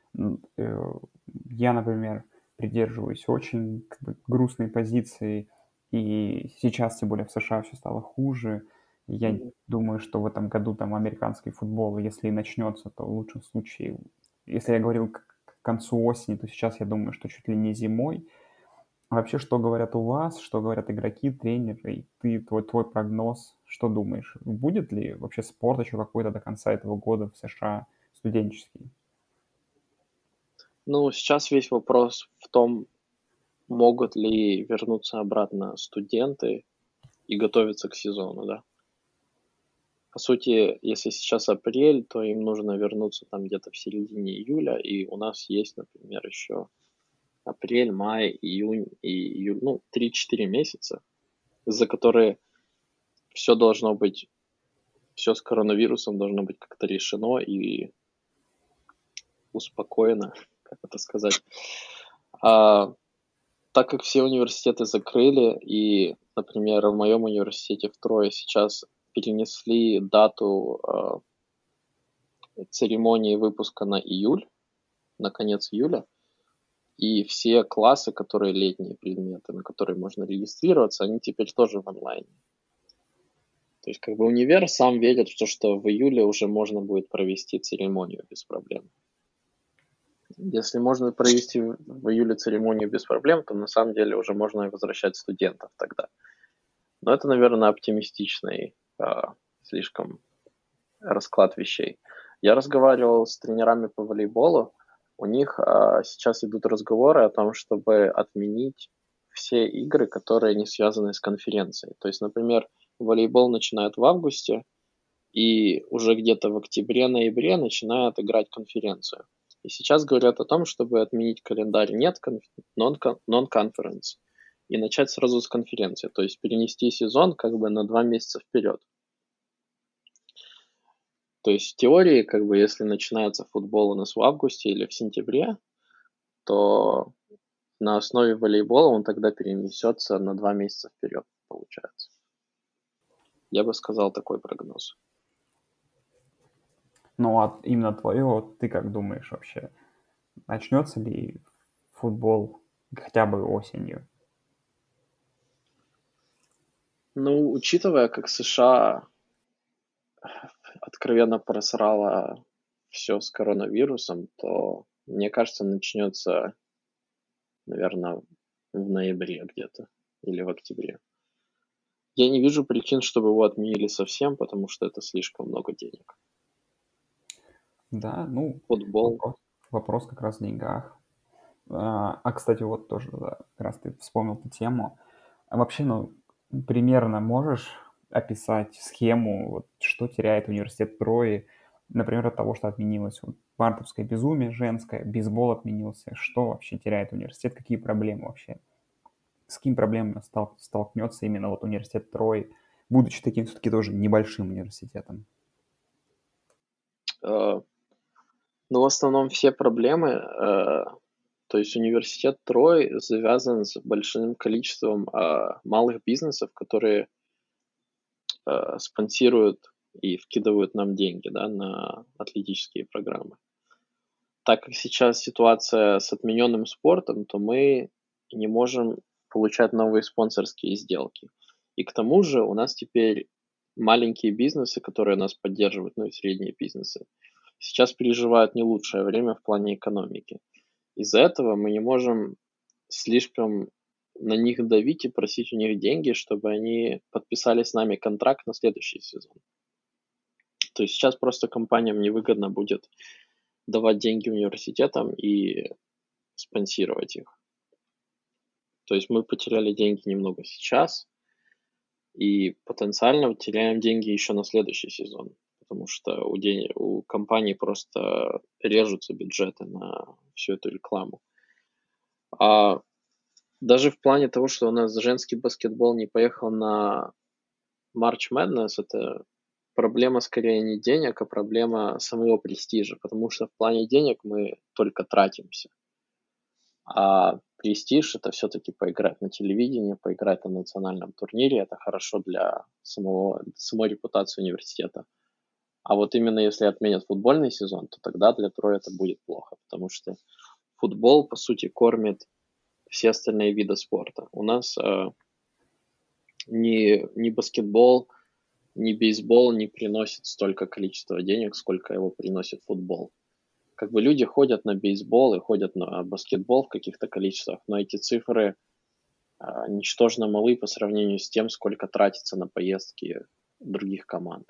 Я, например, придерживаюсь очень как бы, грустной позиции, и сейчас, тем более в США, все стало хуже. Я mm-hmm. думаю, что в этом году там американский футбол, если и начнется, то в лучшем случае, если я говорил к концу осени, то сейчас я думаю, что чуть ли не зимой. Вообще, что говорят у вас, что говорят игроки, тренеры, и ты, твой, твой прогноз, что думаешь? Будет ли вообще спорт еще какой-то до конца этого года в США студенческий? Ну, сейчас весь вопрос в том, могут ли вернуться обратно студенты и готовиться к сезону, да. По сути, если сейчас апрель, то им нужно вернуться там где-то в середине июля, и у нас есть, например, еще апрель, май, июнь и июль, ну, три-четыре месяца, за которые все должно быть, все с коронавирусом должно быть как-то решено и успокоено, как это сказать. А, так как все университеты закрыли, и, например, в моем университете в Трое сейчас перенесли дату э, церемонии выпуска на июль, на конец июля, и все классы, которые летние предметы, на которые можно регистрироваться, они теперь тоже в онлайне. То есть как бы универ сам верит в то, что в июле уже можно будет провести церемонию без проблем. Если можно провести в июле церемонию без проблем, то на самом деле уже можно и возвращать студентов тогда. Но это, наверное, оптимистичный а, слишком расклад вещей. Я разговаривал с тренерами по волейболу. У них а, сейчас идут разговоры о том, чтобы отменить все игры, которые не связаны с конференцией. То есть, например, волейбол начинают в августе, и уже где-то в октябре-ноябре начинают играть конференцию. И сейчас говорят о том, чтобы отменить календарь нет non-conference и начать сразу с конференции, то есть перенести сезон как бы на два месяца вперед. То есть в теории, как бы, если начинается футбол у нас в августе или в сентябре, то на основе волейбола он тогда перенесется на два месяца вперед, получается. Я бы сказал такой прогноз. Ну, а именно твое, ты как думаешь вообще? Начнется ли футбол хотя бы осенью? Ну, учитывая, как США откровенно просрала все с коронавирусом, то, мне кажется, начнется, наверное, в ноябре где-то или в октябре. Я не вижу причин, чтобы его отменили совсем, потому что это слишком много денег. Да, ну, Футбол. вопрос, вопрос как раз в деньгах. А, а, кстати, вот тоже, да, как раз ты вспомнил эту тему. А вообще, ну, примерно можешь описать схему, вот, что теряет университет Трои, например, от того, что отменилось вот, мартовское безумие женское, бейсбол отменился, что вообще теряет университет, какие проблемы вообще, с какими проблемами стал, столкнется именно вот университет Трои, будучи таким все-таки тоже небольшим университетом? Э, Ну, в основном все проблемы, э, то есть университет Трой завязан с большим количеством э, малых бизнесов, которые э, спонсируют и вкидывают нам деньги, да, на атлетические программы. Так как сейчас ситуация с отмененным спортом, то мы не можем получать новые спонсорские сделки. И к тому же у нас теперь маленькие бизнесы, которые нас поддерживают, ну и средние бизнесы, сейчас переживают не лучшее время в плане экономики. Из-за этого мы не можем слишком на них давить и просить у них деньги, чтобы они подписали с нами контракт на следующий сезон. То есть сейчас просто компаниям невыгодно будет давать деньги университетам и спонсировать их. То есть мы потеряли деньги немного сейчас и потенциально теряем деньги еще на следующий сезон, потому что у, день, у компаний просто режутся бюджеты на всю эту рекламу. А даже в плане того, что у нас женский баскетбол не поехал на March Madness, это проблема скорее не денег, а проблема самого престижа, потому что в плане денег мы только тратимся. А престиж — это все-таки поиграть на телевидении, поиграть на национальном турнире. Это хорошо для самого, самой репутации университета. А вот именно если отменят футбольный сезон, то тогда для Трои это будет плохо, потому что футбол, по сути, кормит все остальные виды спорта. У нас э, ни, ни баскетбол, ни бейсбол не приносит столько количества денег, сколько его приносит футбол. Как бы люди ходят на бейсбол и ходят на баскетбол в каких-то количествах, но эти цифры а, ничтожно малы по сравнению с тем, сколько тратится на поездки других команд.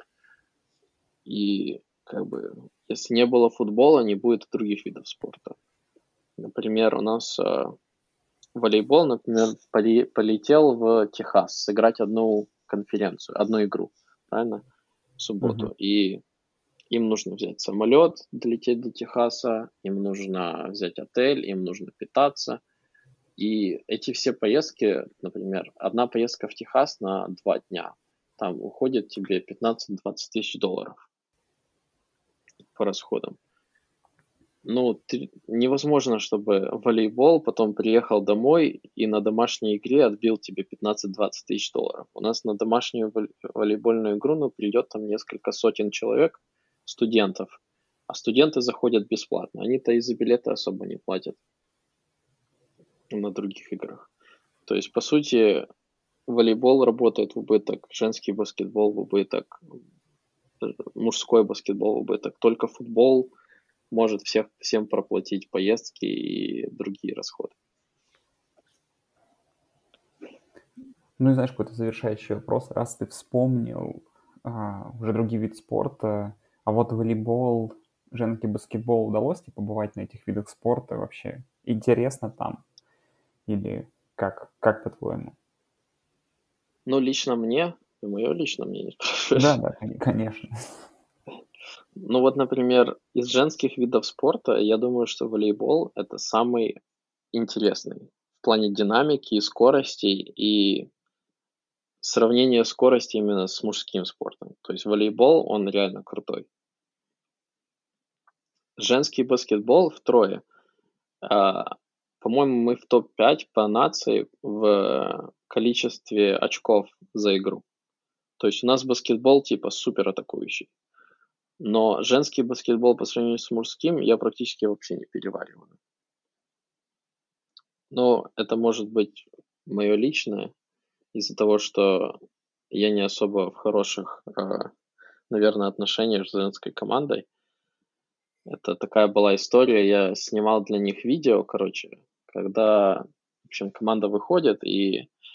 И как бы если не было футбола, не будет других видов спорта. Например, у нас а, волейбол, например, поле- полетел в Техас сыграть одну конференцию, одну игру, правильно, в субботу. Мгм. И им нужно взять самолет, долететь до Техаса, им нужно взять отель, им нужно питаться. И эти все поездки, например, одна поездка в Техас на два дня, там уходит тебе пятнадцать-двадцать тысяч долларов по расходам. Ну, ты, невозможно, чтобы волейбол потом приехал домой и на домашней игре отбил тебе пятнадцать-двадцать тысяч долларов. У нас на домашнюю волейбольную игру ну, придет там несколько сотен человек, студентов, а студенты заходят бесплатно. Они-то и за билеты особо не платят на других играх. То есть, по сути, волейбол работает в убыток, женский баскетбол в убыток, мужской баскетбол в убыток. Только футбол может всех, всем проплатить поездки и другие расходы. Ну и знаешь, какой-то завершающий вопрос, раз ты вспомнил а, уже другие виды спорта, а вот волейбол, женский баскетбол, удалось тебе побывать на этих видах спорта вообще? Интересно там? Или как, как по-твоему? Ну, лично мне, и мое лично мнение. Да, да, кон- конечно. Ну вот, например, из женских видов спорта, я думаю, что волейбол — это самый интересный в плане динамики и скорости, и сравнение скорости именно с мужским спортом. То есть волейбол, он реально крутой. Женский баскетбол втрое. А, по-моему, мы в топ пять по нации в количестве очков за игру. То есть у нас баскетбол типа супер атакующий. Но женский баскетбол по сравнению с мужским я практически вообще не перевариваю. Но это может быть мое личное, из-за того, что я не особо в хороших, а, наверное, отношениях с женской командой. Это такая была история. Я снимал для них видео, короче, когда, в общем, команда выходит, и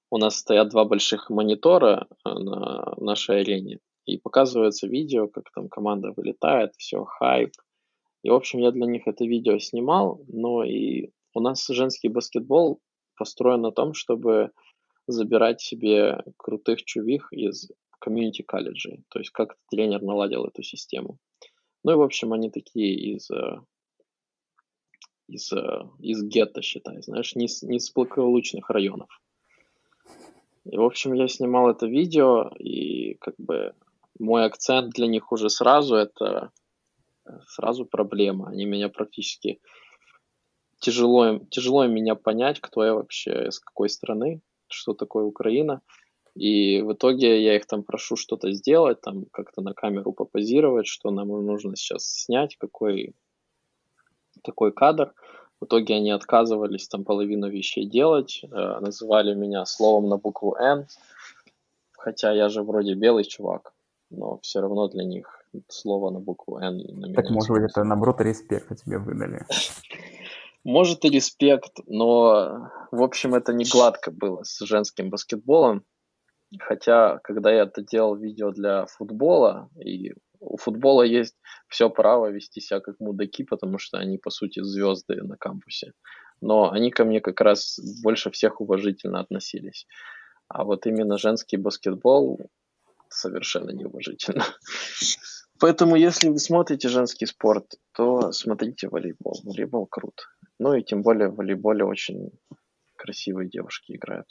у нас стоят два больших монитора э, на нашей арене, и показывается видео, как там команда вылетает, все, хайп. И, в общем, я для них это видео снимал, но и у нас женский баскетбол построен на том, чтобы забирать себе крутых чувих из комьюнити-колледжей. То есть как тренер наладил эту систему. Ну и, в общем, они такие из, э, из, э, из гетто, считай, знаешь, не с, не с благополучных районов. И, в общем, я снимал это видео, и как бы мой акцент для них уже сразу это сразу проблема. Они меня практически тяжело им, тяжело им меня понять, кто я вообще, из какой страны, что такое Украина. И в итоге я их там прошу что-то сделать, там как-то на камеру попозировать, что нам нужно сейчас снять, какой, какой кадр. В итоге они отказывались там половину вещей делать, э, называли меня словом на букву «Н», хотя я же вроде белый чувак, но все равно для них слово на букву «Н» на меня Так, может быть, это используют. наоборот респект тебе выдали. Может и респект, но, в общем, это не гладко было с женским баскетболом. Хотя, когда я это делал видео для футбола, и у футбола есть все право вести себя как мудаки, потому что они, по сути, звезды на кампусе. Но они ко мне как раз больше всех уважительно относились. А вот именно женский баскетбол совершенно неуважительно. Поэтому, если вы смотрите женский спорт, то смотрите волейбол. Волейбол крут. Ну и тем более в волейболе очень красивые девушки играют.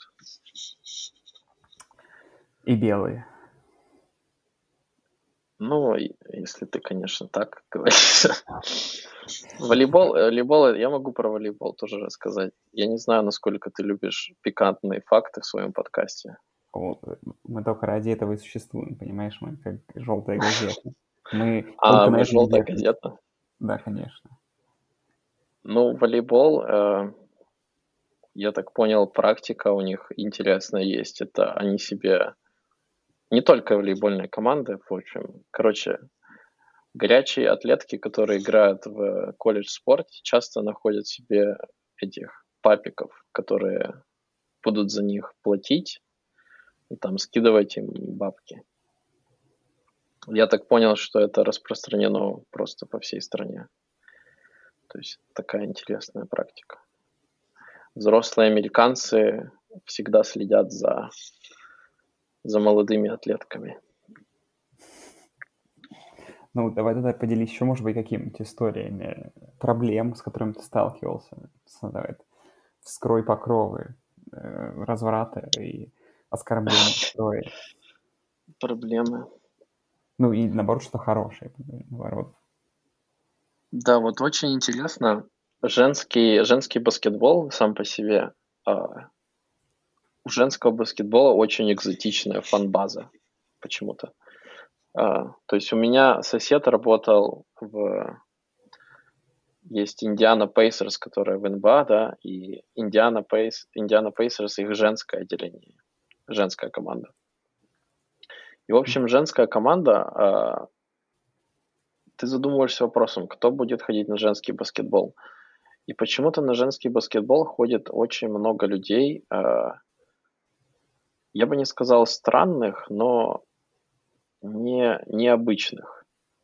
И белые. Ну, и- если ты, конечно, так говоришь. Волейбол, э, волейбол, я могу про волейбол тоже рассказать. Я не знаю, насколько ты любишь пикантные факты в своем подкасте. Вот, мы только ради этого и существуем, понимаешь, мы как желтая газета. Мы А, только на вы этом желтая держимся. газета? Да, конечно. Ну, волейбол, э, я так понял, практика у них интересная есть. Это они себе... Не только волейбольные команды, в общем. Короче, горячие атлетки, которые играют в колледж-спорте, часто находят себе этих папиков, которые будут за них платить и там скидывать им бабки. Я так понял, что это распространено просто по всей стране. То есть такая интересная практика. Взрослые американцы всегда следят за, за молодыми атлетками. Ну, давай тогда поделись еще, может быть, какими-нибудь историями проблем, с которыми ты сталкивался. Давай, вскрой покровы, э, разврата и оскорбления строя. Проблемы. Ну, и наоборот, что хорошее, наоборот. Да, вот очень интересно. Женский, женский баскетбол сам по себе. а, У женского баскетбола очень экзотичная фан-база почему-то. А, То есть у меня сосед работал в... Есть Индиана Пейсерс, которая в эн бэ а, да, и Индиана Пейс, Индиана Пейсерс их женское отделение, женская команда. И, в общем, женская команда, а, ты задумываешься вопросом, кто будет ходить на женский баскетбол. И почему-то на женский баскетбол ходит очень много людей, а, я бы не сказал странных, но не, необычных.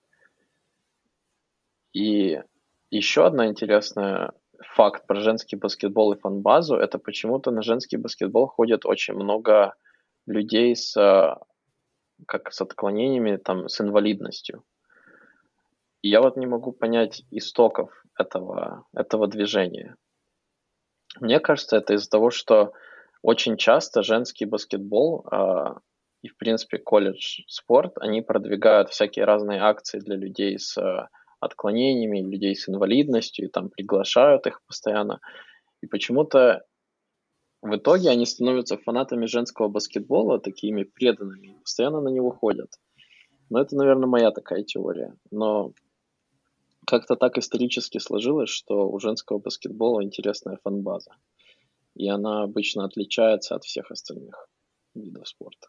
И еще одна интересная факт про женский баскетбол и фан-базу, это почему-то на женский баскетбол ходит очень много людей с, а, как с отклонениями, там, с инвалидностью. И я вот не могу понять истоков этого, этого движения. Мне кажется, это из-за того, что очень часто женский баскетбол э, и, в принципе, колледж-спорт, они продвигают всякие разные акции для людей с э, отклонениями, людей с инвалидностью, и там приглашают их постоянно. И почему-то в итоге они становятся фанатами женского баскетбола, такими преданными, и постоянно на него ходят. Но это, наверное, моя такая теория. Но как-то так исторически сложилось, что у женского баскетбола интересная фан-база. И она обычно отличается от всех остальных видов спорта.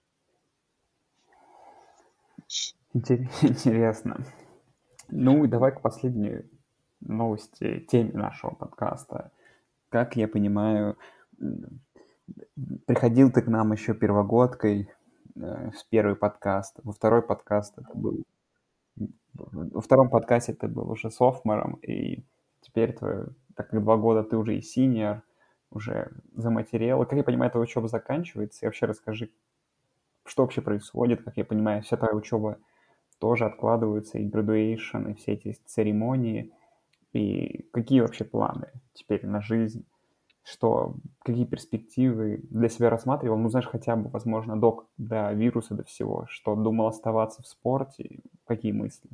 Интересно. Ну, и давай к последней новости, теме нашего подкаста. Как я понимаю, Приходил ты к нам еще первогодкой, э, в первый подкаст. Во второй подкаст это был... Во втором подкасте ты был уже софмором, и теперь, твой, так как два года ты уже и синьор, уже заматерел. И, как я понимаю, твоя учеба заканчивается. И вообще расскажи, что вообще происходит. Как я понимаю, вся твоя учеба тоже откладывается, и graduation, и все эти церемонии. И какие вообще планы теперь на жизнь? Что, какие перспективы для себя рассматривал? Ну, знаешь, хотя бы, возможно, до, до вируса, до всего. Что думал оставаться в спорте? Какие мысли?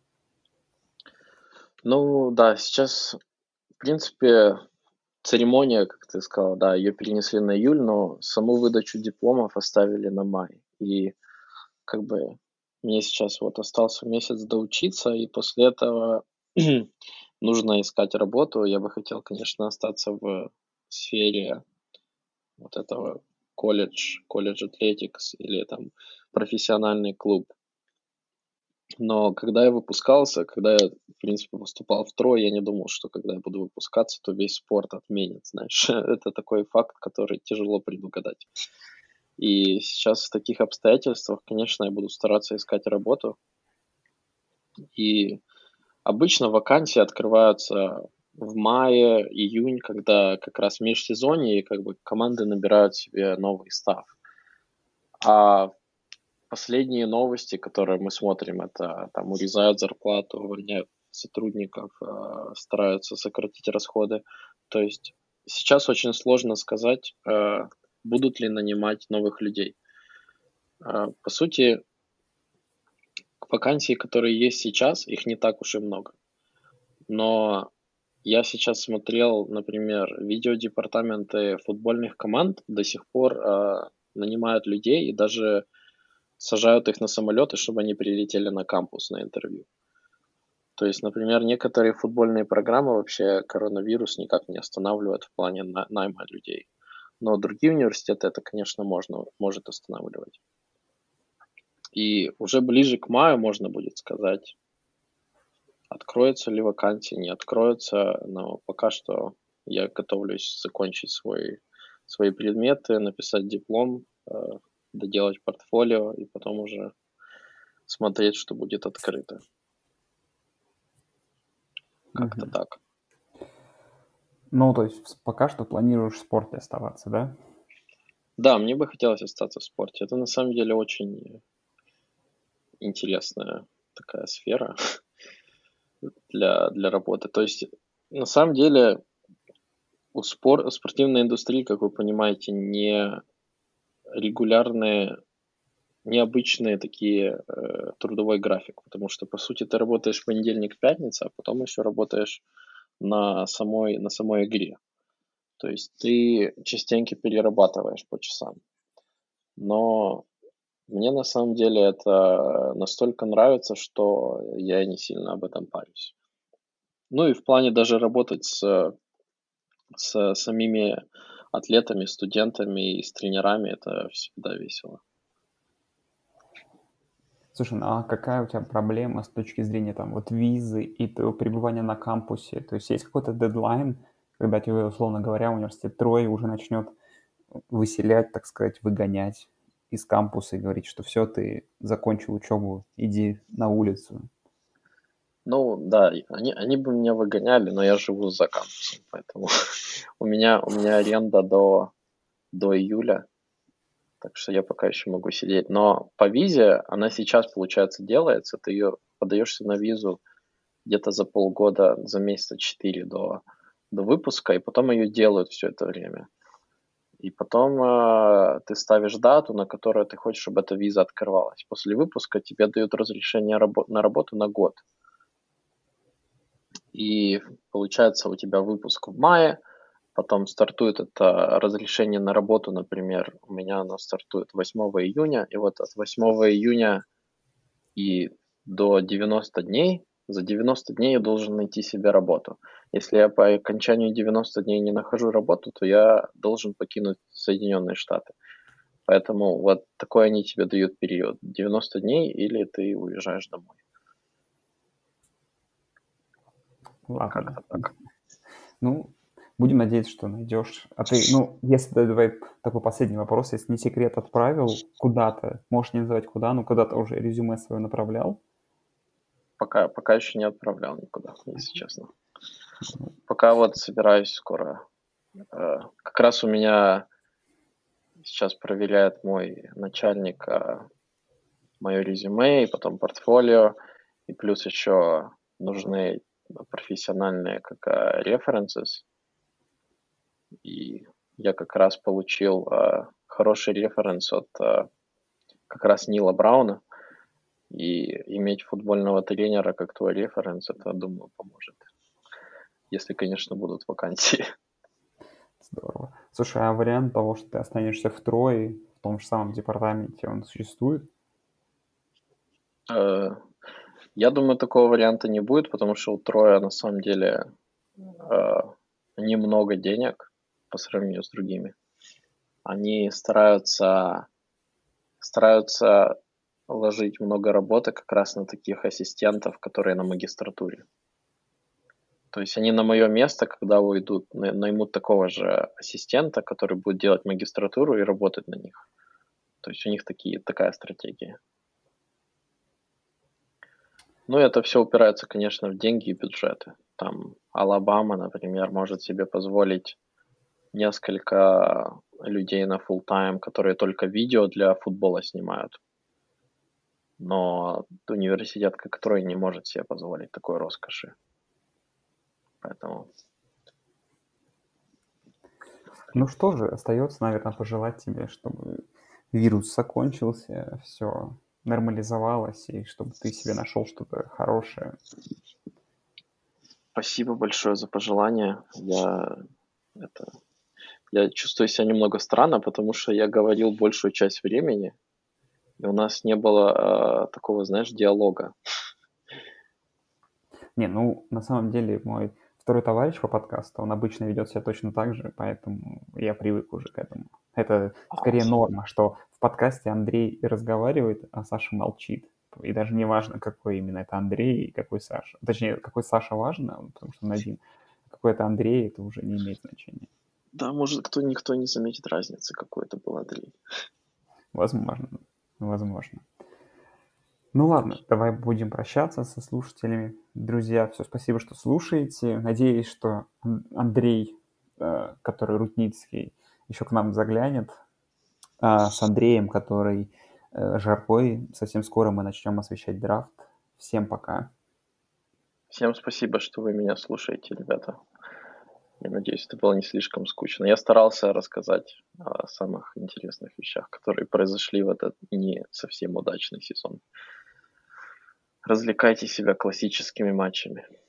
Ну да, сейчас, в принципе, церемония, как ты сказал, да, ее перенесли на июль, но саму выдачу дипломов оставили на май. И как бы мне сейчас вот остался месяц доучиться, и после этого нужно искать работу. Я бы хотел, конечно, остаться в сфере вот этого колледж, колледж Athletics или там профессиональный клуб. Но когда я выпускался, когда я, в принципе, поступал в трой, я не думал, что когда я буду выпускаться, то весь спорт отменят, знаешь. Это такой факт, который тяжело предугадать. И сейчас в таких обстоятельствах, конечно, я буду стараться искать работу. И обычно вакансии открываются в мае, июнь, когда как раз межсезонье, и как бы команды набирают себе новый став. А последние новости, которые мы смотрим, это там урезают зарплату, увольняют сотрудников, э, стараются сократить расходы. То есть сейчас очень сложно сказать, э, будут ли нанимать новых людей. Э, по сути, вакансий, которые есть сейчас, их не так уж и много. Но я сейчас смотрел, например, видеодепартаменты футбольных команд до сих пор э, нанимают людей и даже сажают их на самолеты, чтобы они прилетели на кампус на интервью. То есть, например, некоторые футбольные программы вообще коронавирус никак не останавливает в плане на- найма людей. Но другие университеты это, конечно, можно, может останавливать. И уже ближе к маю можно будет сказать, откроются ли вакансии, не откроются. Но пока что я готовлюсь закончить свой, свои предметы, написать диплом, э, доделать портфолио и потом уже смотреть, что будет открыто. Как-то Мгм. так. Ну, то есть вс- пока что планируешь в спорте оставаться, да? Да, мне бы хотелось остаться в спорте. Это на самом деле очень интересная такая сфера для, для работы. То есть, на самом деле, у спор, спортивной индустрии, как вы понимаете, не регулярные, необычные такие э, трудовой график, потому что, по сути, ты работаешь в понедельник, пятница, а потом еще работаешь на самой, на самой игре. То есть ты частенько перерабатываешь по часам. Но мне на самом деле это настолько нравится, что я не сильно об этом парюсь. Ну и в плане даже работать с, с самими атлетами, студентами и с тренерами это всегда весело. Слушай, ну а какая у тебя проблема с точки зрения там вот визы и твоего пребывания на кампусе? То есть есть какой-то дедлайн, когда тебе, условно говоря, университет Трой уже начнет выселять, так сказать, выгонять из кампуса и говорить, что все, ты закончил учебу, иди на улицу. Ну да, и они, они бы меня выгоняли, но я живу за кампусом, поэтому у меня, у меня аренда до, до июля, так что я пока еще могу сидеть. Но по визе она сейчас, получается, делается, ты ее подаешься на визу где-то за полгода, за месяца четыре до, до выпуска, и потом ее делают все это время. И потом э, ты ставишь дату, на которую ты хочешь, чтобы эта виза открывалась. После выпуска тебе дают разрешение рабо- на работу на год. И получается у тебя выпуск в мае, потом стартует это разрешение на работу, например, у меня оно стартует восьмого июня, и вот от восьмого июня и до девяноста дней, за девяносто дней я должен найти себе работу. Если я по окончанию девяноста дней не нахожу работу, то я должен покинуть Соединенные Штаты. Поэтому вот такой они тебе дают период. девяносто дней или ты уезжаешь домой. Ладно. Как-то так. Ну, Будем надеяться, что найдешь. А ты, ну, если, давай такой последний вопрос, если не секрет, отправил куда-то, можешь не называть куда, но куда-то уже резюме свое направлял? Пока, пока еще не отправлял никуда, если честно. Пока вот собираюсь скоро. Э, Как раз у меня сейчас проверяет мой начальник э, мое резюме и потом портфолио, и плюс еще нужны профессиональные как э, references. И я как раз получил э, хороший референс от э, как раз Нила Брауна. И иметь футбольного тренера как твой референс, это, думаю, поможет. Если, конечно, будут вакансии. Здорово. Слушай, а вариант того, что ты останешься в Трое, в том же самом департаменте, он существует? Э, Я думаю, такого варианта не будет, потому что у Троя на самом деле э, немного денег по сравнению с другими. Они стараются, стараются вложить много работы как раз на таких ассистентов, которые на магистратуре. То есть они на мое место, когда уйдут, на- наймут такого же ассистента, который будет делать магистратуру и работать на них. То есть у них такие, такая стратегия. Ну, это все упирается, конечно, в деньги и бюджеты. Там Алабама, например, может себе позволить несколько людей на full time, которые только видео для футбола снимают. Но университет, как Трой, не может себе позволить такой роскоши. Поэтому Ну что же, остается, наверное, пожелать тебе, чтобы вирус закончился, все нормализовалось, и чтобы ты себе нашел что-то хорошее. спасибо большое за пожелания. Я, это, я чувствую себя немного странно, потому что я говорил большую часть времени, и у нас не было э, такого, знаешь, диалога. Не, ну, на самом деле, мой второй товарищ по подкасту, он обычно ведет себя точно так же, поэтому я привык уже к этому. Это скорее А, норма, что в подкасте Андрей и разговаривает, а Саша молчит. И даже не важно, какой именно это Андрей и какой Саша. Точнее, какой Саша важно, потому что он один. А какой это Андрей, это уже не имеет значения. Да, может, кто никто не заметит разницы, какой это был Андрей. Возможно, возможно. Ну ладно, давай будем прощаться со слушателями. Друзья, все, спасибо, что слушаете. Надеюсь, что Ан- Андрей, э, который Рудницкий, еще к нам заглянет. А с Андреем, который э, Жаркой, совсем скоро мы начнем освещать драфт. Всем пока. Всем спасибо, что вы меня слушаете, ребята. Я надеюсь, это было не слишком скучно. Я старался рассказать о самых интересных вещах, которые произошли в этот не совсем удачный сезон. Развлекайте себя классическими матчами.